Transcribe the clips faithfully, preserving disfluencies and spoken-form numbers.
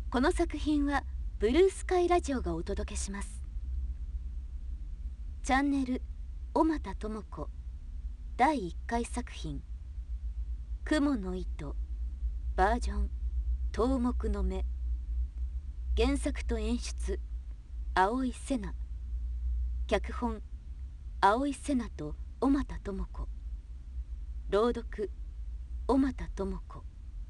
この作品はブルースカイラジオがお届けします。チャンネル小俣智子だいいっかい作品「雲の糸」バージョン「東木の目」。原作と演出青井瀬名、脚本青井瀬名と小俣智子、朗読小俣智子。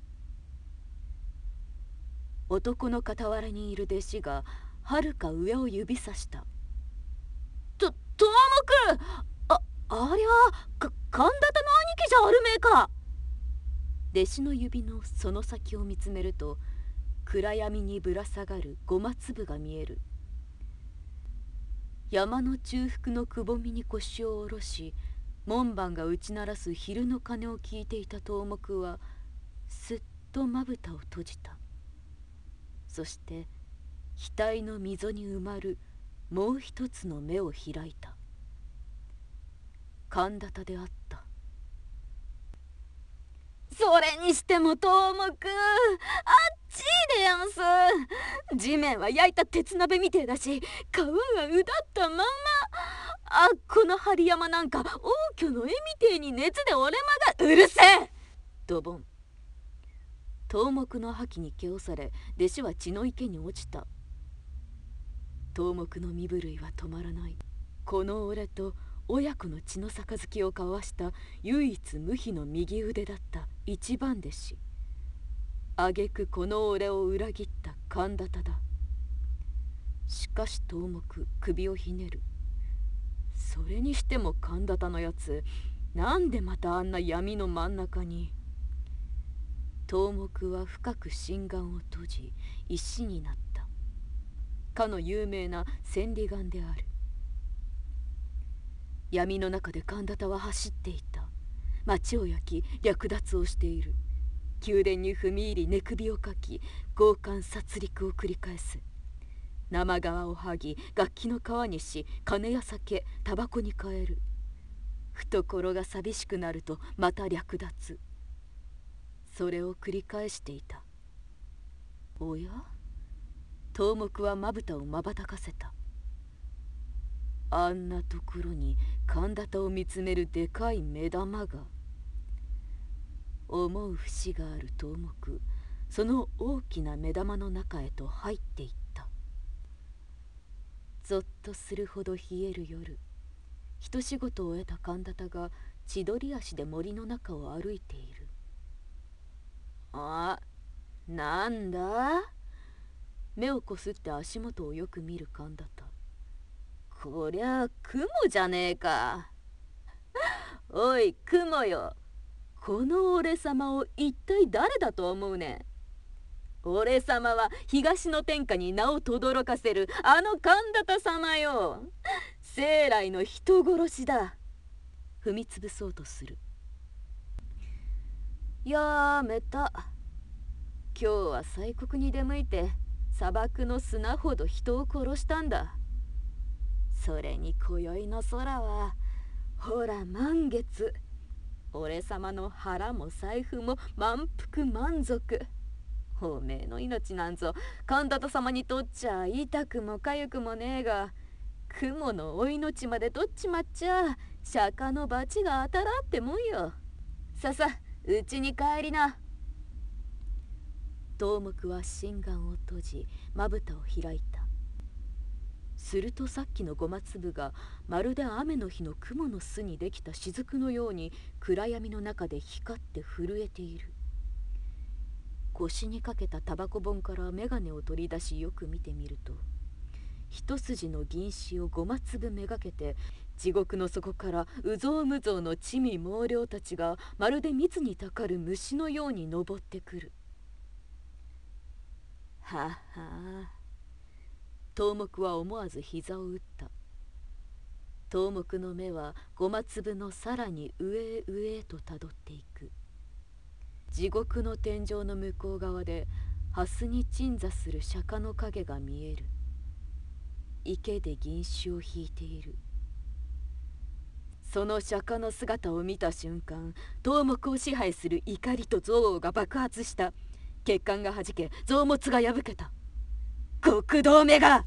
男の傍らにいる弟子がはるか上を指さした。と、東木、あ、ありゃ、か、神田田の兄貴じゃあるめえか。弟子の指のその先を見つめると、暗闇にぶら下がるごま粒が見える。山の中腹のくぼみに腰を下ろし、門番が打ち鳴らす昼の鐘を聞いていた東木はすっとまぶたを閉じた。そして額の溝に埋まるもう一つの目を開いた。神田田であった。それにしても東木、あっちいでやんす。地面は焼いた鉄鍋みてえだし、皮がうだったまんま。あ、この針山なんか王居の絵みてえに熱で折れ曲が。うるせえ。ドボン。東木の覇気に気をされ、弟子は血の池に落ちた。東木の身震いは止まらない。この俺と親子の血の杯を交わした唯一無二の右腕だった一番弟子。挙句この俺を裏切った神田田だ。しかし東木、首をひねる。それにしても神田田のやつ、なんでまたあんな闇の真ん中に。東木は深く心眼を閉じ石になった。かの有名な千里眼である。闇の中で神田田は走っていた。町を焼き略奪をしている。宮殿に踏み入り寝首をかき強姦殺戮を繰り返す。生皮を剥ぎ楽器の皮にし、金や酒タバコに変える。懐が寂しくなるとまた略奪。それを繰り返していた。おや、東木はまぶたをまばたかせた。あんなところに神田田を見つめるでかい目玉が。思う節がある東木、その大きな目玉の中へと入っていった。ぞっとするほど冷える夜、一仕事を終えた神田田が千鳥足で森の中を歩いている。あ、なんだ。目をこすって足元をよく見る神田田。こりゃ雲じゃねえか。おい雲よ、この俺様を一体誰だと思うねん。俺様は東の天下に名を轟かせるあの神田田様よ。生来の人殺しだ。踏みつぶそうとする。やめた。今日は西国に出向いて砂漠の砂ほど人を殺したんだ。それに今宵の空はほら満月。俺様の腹も財布も満腹満足。おめえの命なんぞ神田田様にとっちゃ痛くもかゆくもねえが、雲のお命まで取っちまっちゃ釈迦の罰が当たらんってもんよ。ささうちに帰りな。東木は心眼を閉じまぶたを開いた。するとさっきのごま粒がまるで雨の日の雲の巣にできた雫のように暗闇の中で光って震えている。腰にかけたタバコ本から眼鏡を取り出しよく見てみると、一筋の銀紙をごま粒めがけて地獄の底からうぞうむぞうの地味猛量たちがまるで蜜にたかる虫のように登ってくる。ははあ。東木は思わず膝を打った。東木の目はごま粒のさらに上へ上へとたどっていく。地獄の天井の向こう側で蓮に鎮座する釈迦の影が見える。池で銀酒を引いている。その釈迦の姿を見た瞬間、東木を支配する怒りと憎悪が爆発した。 血管がはじけ臓物が破けた。極道めが！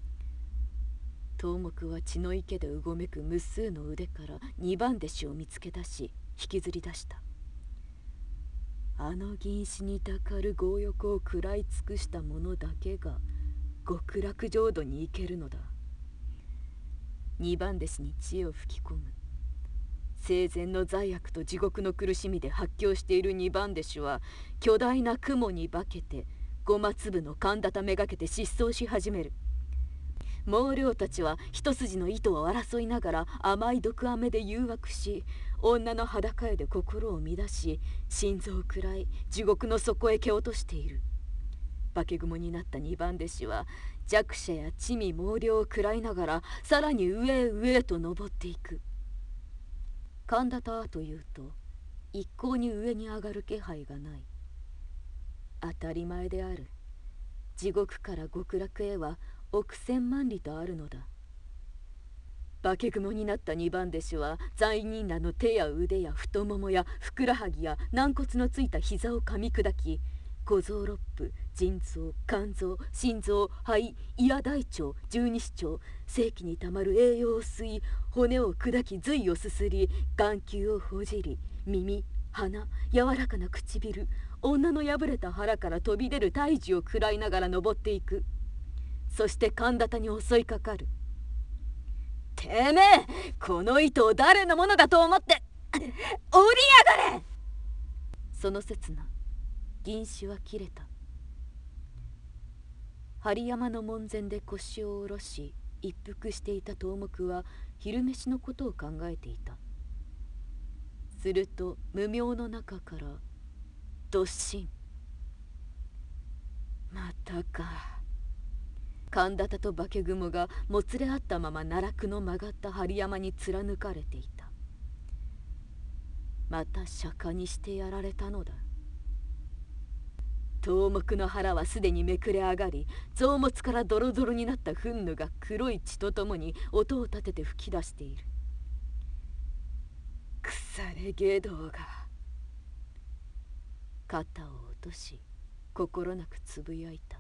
頭目は血の池でうごめく無数の腕から二番弟子を見つけ出し引きずり出した。あの銀紙にたかる強欲を食らい尽くした者だけが極楽浄土に行けるのだ。二番弟子に知恵を吹き込む。生前の罪悪と地獄の苦しみで発狂している二番弟子は巨大な雲に化けてごま粒の寒だためがけて失踪し始める。猛領たちは一筋の糸を争いながら甘い毒飴で誘惑し、女の裸絵で心を乱し、心臓を食らい地獄の底へ蹴落としている。化け雲になった二番弟子は弱者や地味猛量を食らいながらさらに上へ上へと登っていく。神田田というと一向に上に上がる気配がない。当たり前である。地獄から極楽へは億千万里とあるのだ。化け雲になった二番弟子は罪人らの手や腕や太ももやふくらはぎや軟骨のついた膝を噛み砕き、五臓六腑、腎臓、肝臓、心臓、肺、胃や大腸、十二指腸、正気にたまる栄養を吸い、骨を砕き髄をすすり、眼球をほじり、耳、鼻、柔らかな唇、女の破れた腹から飛び出る胎児を食らいながら登っていく。そして神田田に襲いかかる。てめえ、この糸を誰のものだと思って折りやがれ！その刹那、銀紙は切れた。針山の門前で腰を下ろし一服していた頭目は昼飯のことを考えていた。すると無明の中からどっしん。またか。神田田と化け雲がもつれ合ったまま奈落の曲がった針山に貫かれていた。また釈迦にしてやられたのだ。頭目の腹はすでにめくれ上がり、臓物からドロドロになった憤怒が黒い血とともに音を立てて吹き出している。腐れ外道が。肩を落とし心なくつぶやいた。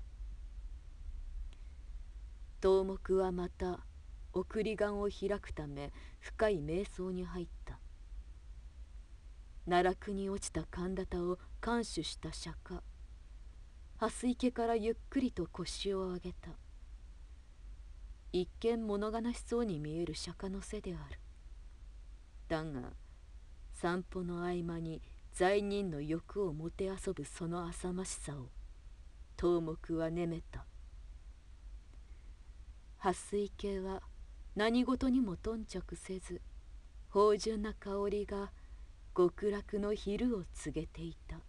頭目はまた送り眼を開くため深い瞑想に入った。奈落に落ちた神田田を看守した釈迦、蓮池からゆっくりと腰を上げた。一見物悲しそうに見える釈迦の背である。だが散歩の合間に罪人の欲をもてあそぶその浅ましさを頭目はねめた。蓮池は何事にも頓着せず、芳醇な香りが極楽の昼を告げていた。